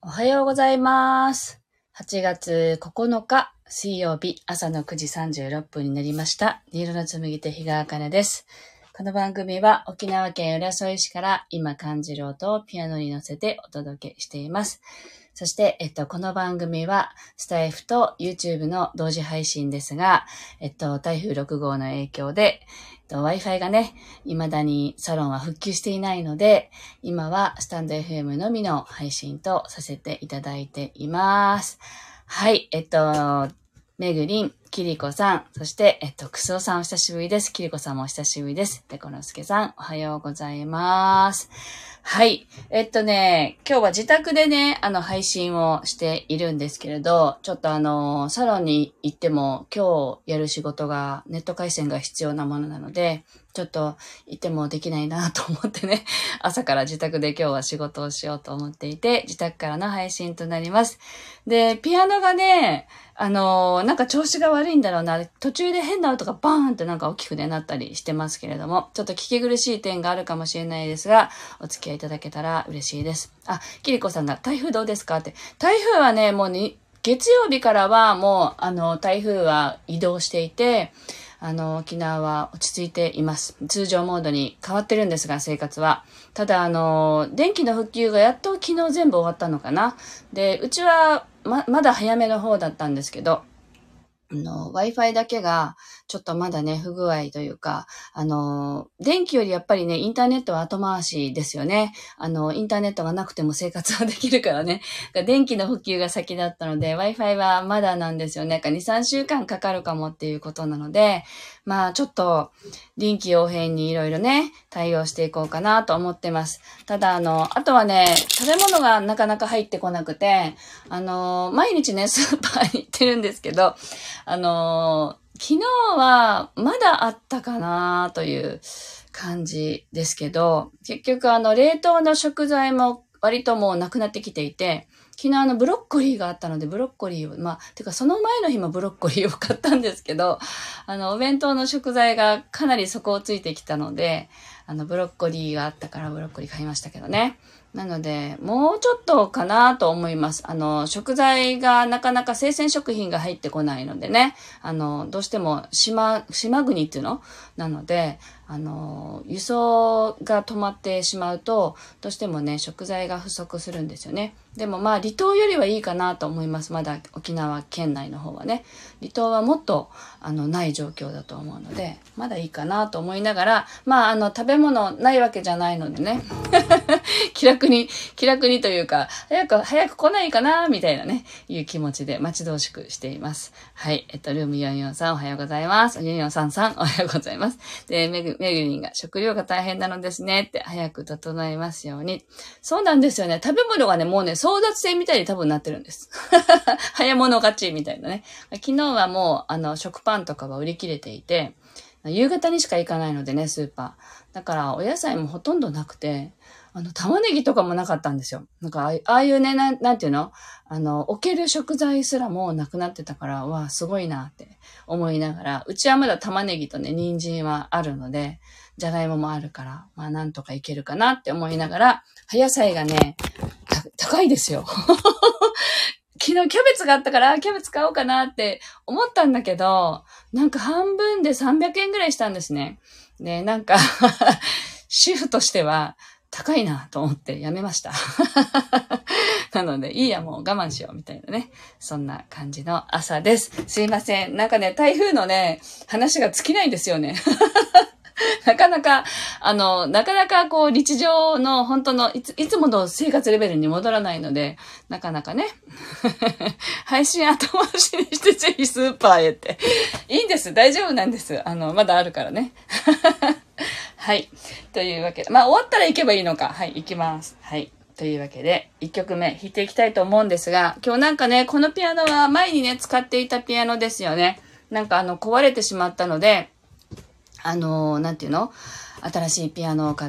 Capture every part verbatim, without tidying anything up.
おはようございます。はちがつここのか水曜日朝のくじさんじゅうろっぷんになりました。新色の紡手日川茜です。この番組は沖縄県浦添市から今感じる音をピアノに乗せてお届けしています。そして、えっと、この番組はスタイフと YouTube の同時配信ですが、えっと、台風ろくごうの影響で、Wi-Fi がね、未だにサロンは復旧していないので、今はスタンド エフエム のみの配信とさせていただいています。はい、えっと、めぐりん、きりこさん、そして、えっと、くすおさんお久しぶりです。きりこさんもお久しぶりです。でこのすけさん、おはようございます。はい。えっとね、今日は自宅でね、あの、配信をしているんですけれど、ちょっとあの、サロンに行っても今日やる仕事がネット回線が必要なものなので、ちょっと行ってもできないなと思ってね、朝から自宅で今日は仕事をしようと思っていて、自宅からの配信となります。で、ピアノがね、あのー、なんか調子が悪いんだろうな。途中で変な音がバーンってなんか大きくねなったりしてますけれども、ちょっと聞き苦しい点があるかもしれないですが、お付き合いいただけたら嬉しいです。あ、きりこさんが台風どうですかって。台風はね、もうに、月曜日からはもう、あの、台風は移動していて、あの、沖縄は落ち着いています。通常モードに変わってるんですが、生活は。ただ、あの、電気の復旧がやっと昨日全部終わったのかな。で、うちはま、まだ早めの方だったんですけど、あの、Wi-Fi だけが、ちょっとまだね、不具合というか、あの、電気よりやっぱりね、インターネットは後回しですよね。あの、インターネットがなくても生活はできるからね。電気の普及が先だったので、Wi-Fi はまだなんですよね。なんかに、さんしゅうかんかかるかもっていうことなので、まあ、ちょっと、臨機応変にいろいろね、対応していこうかなと思ってます。ただ、あの、あとはね、食べ物がなかなか入ってこなくて、あの、毎日ね、スーパーに行ってるんですけど、あのー、昨日はまだあったかなという感じですけど、結局あの冷凍の食材も割ともうなくなってきていて、昨日あのブロッコリーがあったのでブロッコリーを、まあ、てかその前の日もブロッコリーを買ったんですけど、あのお弁当の食材がかなり底をついてきたので、あのブロッコリーがあったからブロッコリー買いましたけどね。なので、もうちょっとかなと思います。あの、食材がなかなか生鮮食品が入ってこないのでね、あの、どうしても島、島国っていうのなので、あの、輸送が止まってしまうと、どうしてもね、食材が不足するんですよね。でもまあ、離島よりはいいかなと思います。まだ沖縄県内の方はね。離島はもっと、あの、ない状況だと思うので、まだいいかなと思いながら、まあ、あの、食べ物ないわけじゃないのでね。気楽に、気楽にというか、早く、早く来ないかな、みたいなね、いう気持ちで待ち遠しくしています。はい。えっと、ルームよんよんさんおはようございます。よんよんさんさんおはようございます。で、めぐ、めぐりんが食料が大変なのですねって、早く整いますように。そうなんですよね。食べ物がね、もうね、争奪戦みたいに多分なってるんです。早物勝ちみたいなね。昨日はもう、あの、食パンとかは売り切れていて、夕方にしか行かないのでね、スーパー。だから、お野菜もほとんどなくて、あの、玉ねぎとかもなかったんですよ。なんか、ああいうね、なん、なんていうのあの、置ける食材すらもなくなってたから、わあ、すごいなって思いながら、うちはまだ玉ねぎとね、人参はあるので、じゃがいももあるから、まあ、なんとかいけるかなって思いながら、葉野菜がね、高いですよ。昨日キャベツがあったから、キャベツ買おうかなって思ったんだけど、なんか半分でさんびゃくえんぐらいしたんですね。で、なんか、主婦としては、高いなと思ってやめました。なので、いいや、もう我慢しよう、みたいなね。そんな感じの朝です。すいません。なんかね、台風のね、話が尽きないんですよね。なかなか、あの、なかなかこう、日常の本当のいつ、いつもの生活レベルに戻らないので、なかなかね、配信後回しにしてぜひスーパーへって。いいんです。大丈夫なんです。あの、まだあるからね。はい。というわけで、まあ終わったら行けばいいのか。はい、行きます。はい。というわけで、いっきょくめ弾いていきたいと思うんですが、今日なんかね、このピアノは前にね、使っていたピアノですよね。なんかあの、壊れてしまったので、あの、なんていうの?新しいピアノを買って、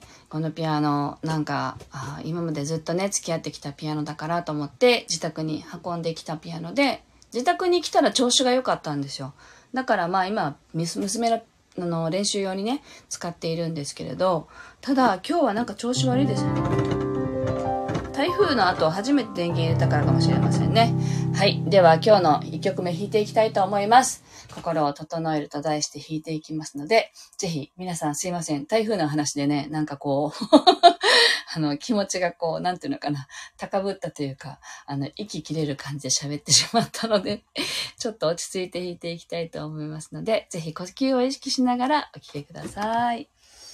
このピアノ、なんか、あ今までずっとね、付き合ってきたピアノだからと思って、自宅に運んできたピアノで、自宅に来たら調子が良かったんですよ。だからまあ今、娘のあの練習用にね使っているんですけれど、ただ今日はなんか調子悪いですね。 台風の後初めて電源入れたからかもしれませんね。はい。では今日のいっきょくめ弾いていきたいと思います。心を整えると題して弾いていきますので、ぜひ皆さんすいません。台風の話でね、なんかこう、あの気持ちがこう、なんていうのかな、高ぶったというか、あの、息切れる感じで喋ってしまったので、ちょっと落ち着いて弾いていきたいと思いますので、ぜひ呼吸を意識しながらお聴きください。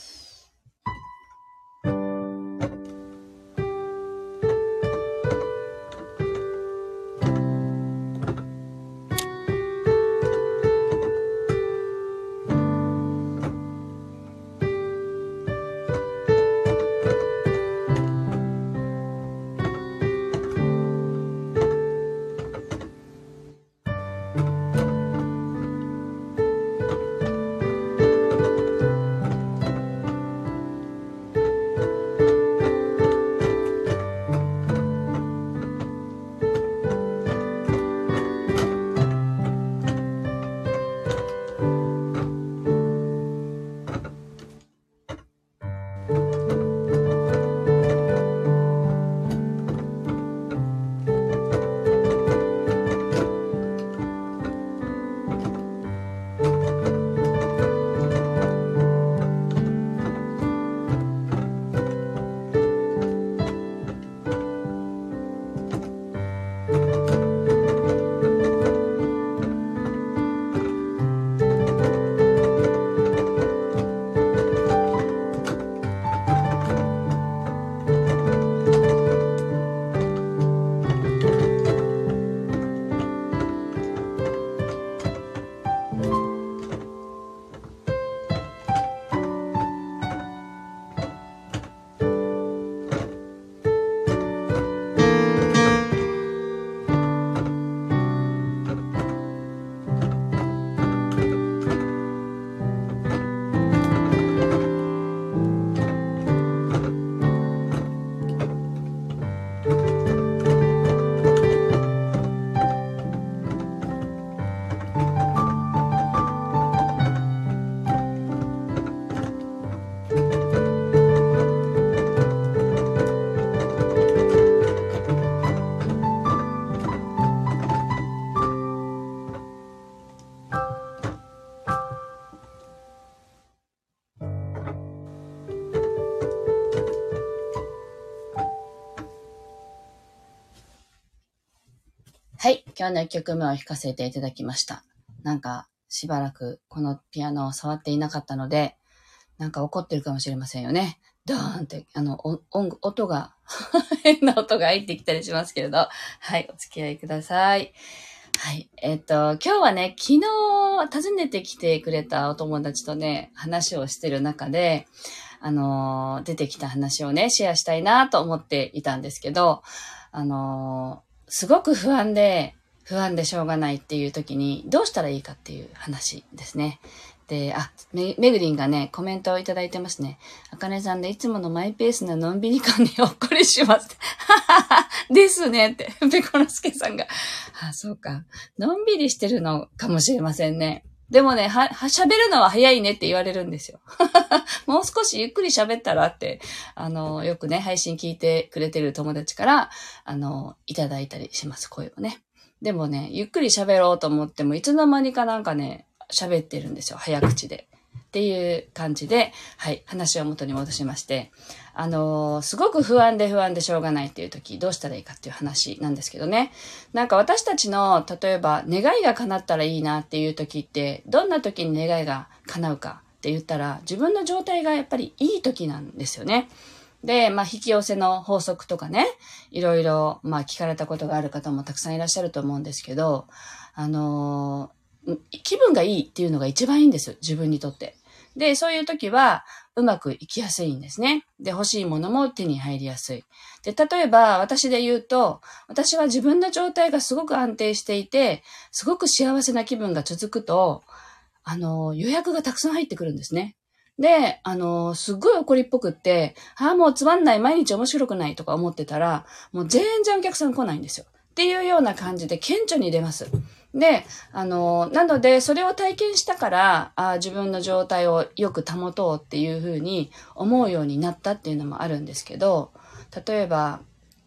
はい。今日のいっきょくめを弾かせていただきました。なんか、しばらくこのピアノを触っていなかったので、なんか怒ってるかもしれませんよね。ドーンって、あの、音、音が、変な音が入ってきたりしますけれど、はい。お付き合いください。はい。えっと、今日はね、昨日訪ねてきてくれたお友達とね、話をしてる中で、あの、出てきた話をね、シェアしたいなと思っていたんですけど、あの、すごく不安で、不安でしょうがないっていう時にどうしたらいいかっていう話ですね。で、あ、め、めぐりんがね、コメントをいただいてますね。あかねさんでいつものマイペースなのんびり感にほっこりします。はははですねって、ペコのすけさんが。あ、そうか。のんびりしてるのかもしれませんね。でもね、は、は、喋るのは早いねって言われるんですよ。もう少しゆっくり喋ったらって、あの、よくね、配信聞いてくれてる友達から、あの、いただいたりします、声をね。でもね、ゆっくり喋ろうと思っても、いつの間にかなんかね、喋ってるんですよ、早口で。っていう感じで、はい、話を元に戻しまして、あのー、すごく不安で不安でしょうがないっていう時、どうしたらいいかっていう話なんですけどね。なんか私たちの、例えば、願いが叶ったらいいなっていう時って、どんな時に願いが叶うかって言ったら、自分の状態がやっぱりいい時なんですよね。で、まあ、引き寄せの法則とかね、いろいろ、まあ、聞かれたことがある方もたくさんいらっしゃると思うんですけど、あのー、気分がいいっていうのが一番いいんです。自分にとって。で、そういう時は、うまくいきやすいんですね。で、欲しいものも手に入りやすい。で、例えば、私で言うと、私は自分の状態がすごく安定していて、すごく幸せな気分が続くと、あのー、予約がたくさん入ってくるんですね。で、あのー、すっごい怒りっぽくって、ああ、もうつまんない、毎日面白くないとか思ってたら、もう全然お客さん来ないんですよ。っていうような感じで顕著に出ます。で、あのー、なので、それを体験したから、あ自分の状態をよく保とうっていうふうに思うようになったっていうのもあるんですけど、例えば、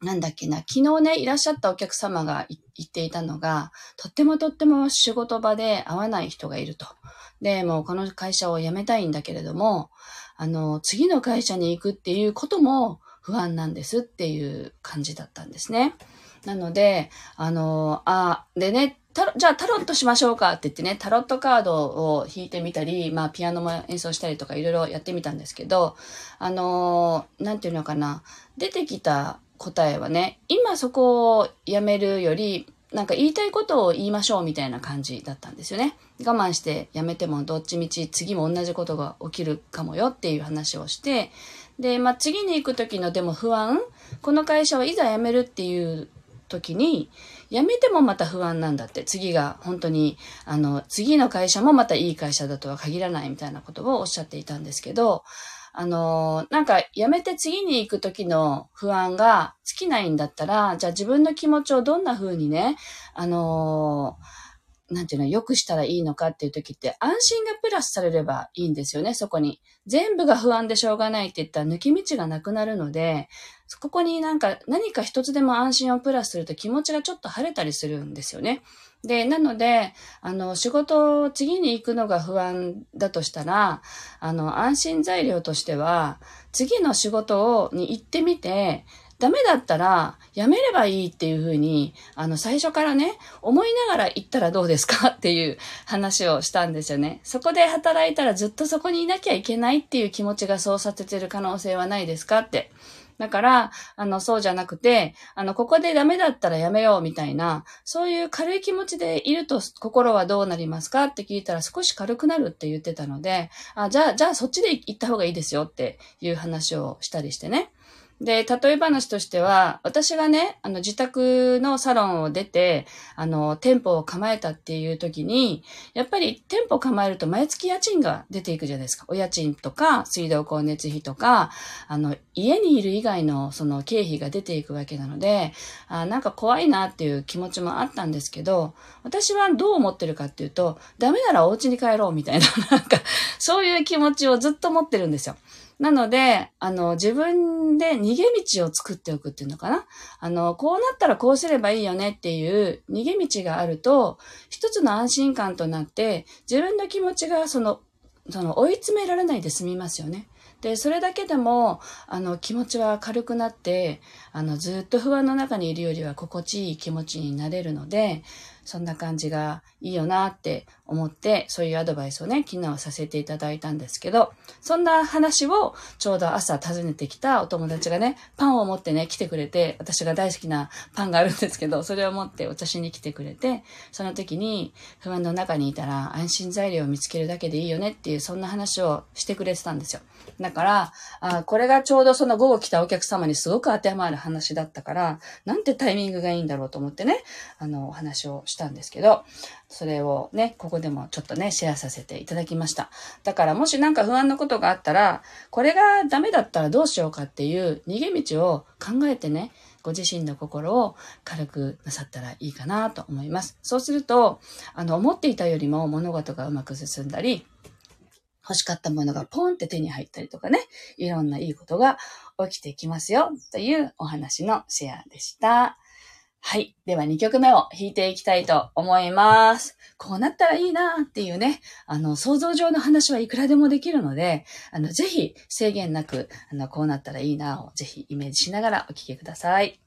なんだっけな、昨日ね、いらっしゃったお客様が言っていたのが、とってもとっても仕事場で会わない人がいると。で、もうこの会社を辞めたいんだけれども、あの、次の会社に行くっていうことも不安なんですっていう感じだったんですね。なので、あの、あ、でね、タロじゃあタロットしましょうかって言ってね、タロットカードを引いてみたり、まあピアノも演奏したりとかいろいろやってみたんですけど、あの、なんていうのかな、出てきた答えはね、今そこをやめるより、なんか言いたいことを言いましょうみたいな感じだったんですよね。我慢してやめてもどっちみち次も同じことが起きるかもよっていう話をして、で、まあ次に行く時のでも不安、この会社をいざ辞めるっていう時に、辞めてもまた不安なんだって、次が本当に、あの、次の会社もまたいい会社だとは限らないみたいなことをおっしゃっていたんですけど、あの、なんか辞めて次に行く時の不安が尽きないんだったら、じゃあ自分の気持ちをどんな風にね、あの、なんていうの、良くしたらいいのかっていう時って安心がプラスされればいいんですよね、そこに。全部が不安でしょうがないって言ったら抜き道がなくなるので、ここになんか何か一つでも安心をプラスすると気持ちがちょっと晴れたりするんですよね。で、なので、あの、仕事を次に行くのが不安だとしたら、あの、安心材料としては、次の仕事をに行ってみて、ダメだったらやめればいいっていうふうに、あの、最初からね、思いながら行ったらどうですかっていう話をしたんですよね。そこで働いたらずっとそこにいなきゃいけないっていう気持ちがそうさせてる可能性はないですかって。だから、あの、そうじゃなくて、あの、ここでダメだったらやめようみたいな、そういう軽い気持ちでいると心はどうなりますかって聞いたら少し軽くなるって言ってたので、あ、じゃあ、じゃあそっちで行った方がいいですよっていう話をしたりしてね。で、例え話としては、私がね、あの、自宅のサロンを出て、あの、店舗を構えたっていう時に、やっぱり店舗構えると毎月家賃が出ていくじゃないですか。お家賃とか、水道光熱費とか、あの、家にいる以外のその経費が出ていくわけなので、あ、なんか怖いなっていう気持ちもあったんですけど、私はどう思ってるかっていうと、ダメならお家に帰ろうみたいな、なんか、そういう気持ちをずっと持ってるんですよ。なので、あの、自分で逃げ道を作っておくっていうのかな。あの、こうなったらこうすればいいよねっていう逃げ道があると、一つの安心感となって、自分の気持ちがその、その追い詰められないで済みますよね。で、それだけでも、あの、気持ちは軽くなって、あの、ずっと不安の中にいるよりは心地いい気持ちになれるので、そんな感じがいいよなって思って、そういうアドバイスをね、昨日はさせていただいたんですけど、そんな話をちょうど朝訪ねてきたお友達がね、パンを持ってね、来てくれて、私が大好きなパンがあるんですけど、それを持ってお茶しに来てくれて、その時に不安の中にいたら安心材料を見つけるだけでいいよねっていう、そんな話をしてくれてたんですよ。だから、あ、これがちょうどその午後来たお客様にすごく当てはまる話だったから、なんてタイミングがいいんだろうと思ってね、あの、お話をしたんですけど、それをね、ここでもちょっとね、シェアさせていただきました。だからもしなんか不安なことがあったら、これがダメだったらどうしようかっていう逃げ道を考えてね、ご自身の心を軽くなさったらいいかなと思います。そうすると、あの、思っていたよりも物事がうまく進んだり、欲しかったものがポンって手に入ったりとかね、いろんないいことが起きてきますよというお話のシェアでした。はい。ではにきょくめを弾いていきたいと思います。こうなったらいいなっていうね、あの、想像上の話はいくらでもできるので、あの、ぜひ制限なく、あの、こうなったらいいなをぜひイメージしながらお聴きください。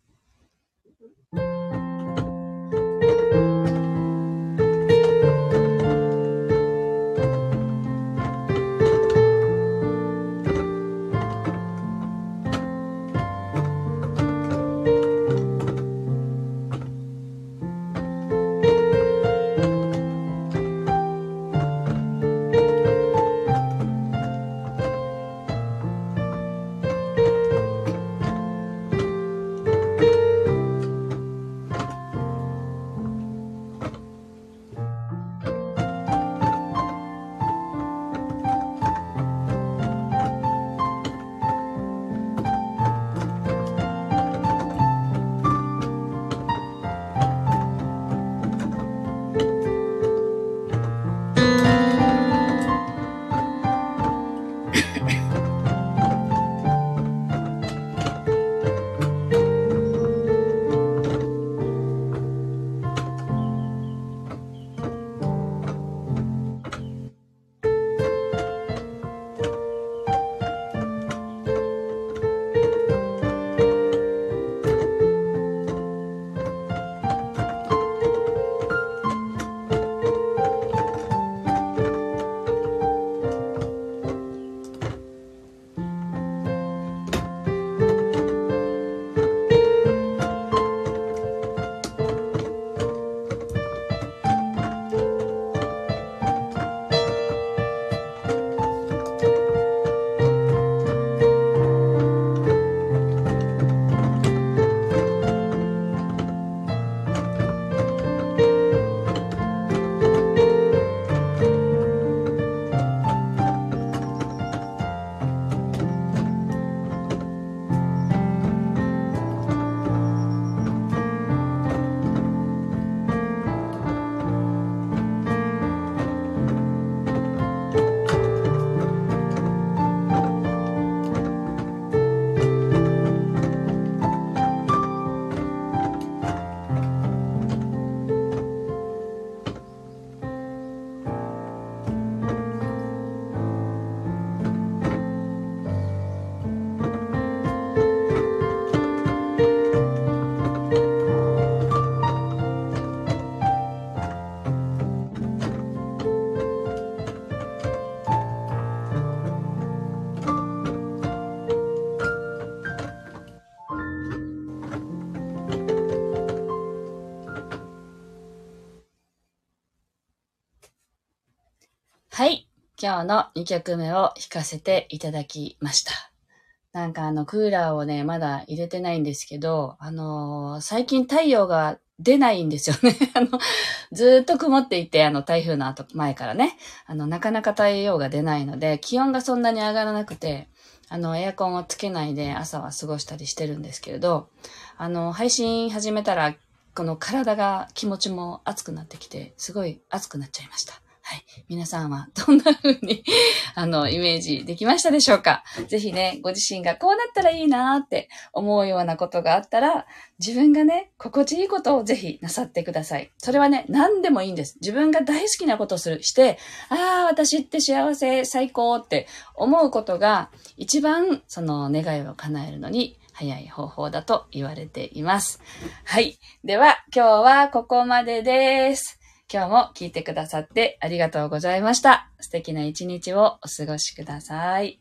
今日のにきょくめを弾かせていただきました。なんかあの、クーラーをね、まだ入れてないんですけど、あのー、最近太陽が出ないんですよね。あの、ずーっと曇っていて、あの、台風の後、前からね、あの、なかなか太陽が出ないので、気温がそんなに上がらなくて、あの、エアコンをつけないで朝は過ごしたりしてるんですけれど、あの、配信始めたら、この体が気持ちも熱くなってきて、すごい熱くなっちゃいました。はい。皆さんはどんな風に、あの、イメージできましたでしょうか？ぜひね、ご自身がこうなったらいいなーって思うようなことがあったら、自分がね、心地いいことをぜひなさってください。それはね、何でもいいんです。自分が大好きなことをする、して、ああ、私って幸せ、最高って思うことが、一番その願いを叶えるのに、早い方法だと言われています。はい。では、今日はここまでです。今日も聞いてくださってありがとうございました。素敵な一日をお過ごしください。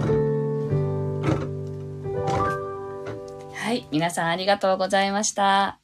はい。皆さんありがとうございました。